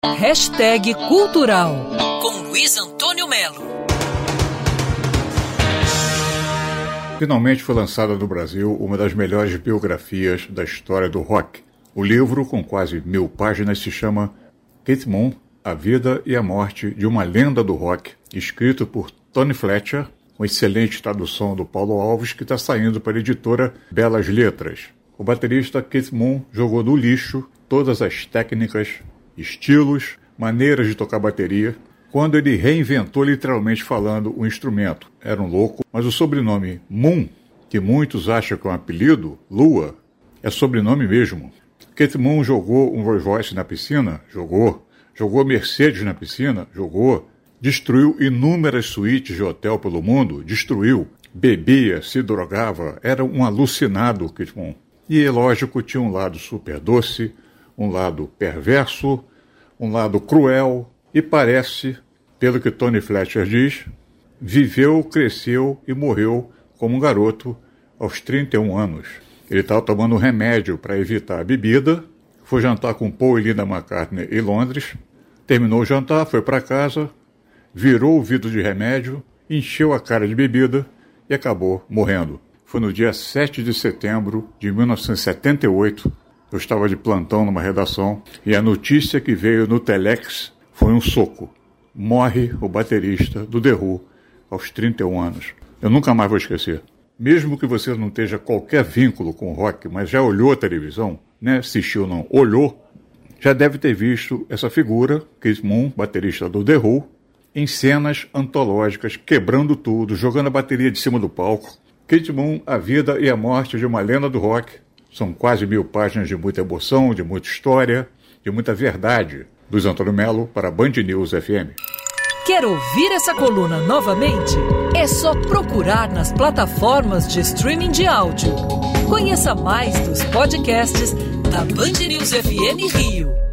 #Cultural com Luiz Antônio Melo. Finalmente foi lançada no Brasil uma das melhores biografias da história do rock. O livro, com quase 1000 páginas, se chama Keith Moon, A Vida e a Morte de uma Lenda do Rock, escrito por Tony Fletcher, com excelente tradução do Paulo Alves, que está saindo para a editora Belas Letras. O baterista Keith Moon jogou no lixo todas as técnicas, estilos, maneiras de tocar bateria, quando ele reinventou, literalmente falando, o instrumento. Era um louco, mas o sobrenome Moon, que muitos acham que é um apelido, Lua, é sobrenome mesmo. Keith Moon jogou um Rolls Royce na piscina? Jogou. Jogou Mercedes na piscina? Jogou. Destruiu inúmeras suítes de hotel pelo mundo? Destruiu. Bebia, se drogava, era um alucinado, Keith Moon. E, lógico, tinha um lado super doce, um lado perverso, um lado cruel, e parece, pelo que Tony Fletcher diz, viveu, cresceu e morreu como um garoto aos 31 anos. Ele estava tomando um remédio para evitar a bebida, foi jantar com Paul e Linda McCartney em Londres, terminou o jantar, foi para casa, virou o vidro de remédio, encheu a cara de bebida e acabou morrendo. Foi no dia 7 de setembro de 1978, eu estava de plantão numa redação e a notícia que veio no Telex foi um soco. Morre o baterista do The Who aos 31 anos. Eu nunca mais vou esquecer. Mesmo que você não tenha qualquer vínculo com o rock, mas já olhou a televisão, né? Assistiu não, olhou, já deve ter visto essa figura, Keith Moon, baterista do The Who, em cenas antológicas, quebrando tudo, jogando a bateria de cima do palco. Keith Moon, A Vida e a Morte de uma Lenda do Rock. São quase 1000 páginas de muita emoção, de muita história, de muita verdade. Luiz Antônio Melo para Band News FM. Quer ouvir essa coluna novamente? É só procurar nas plataformas de streaming de áudio. Conheça mais dos podcasts da Band News FM Rio.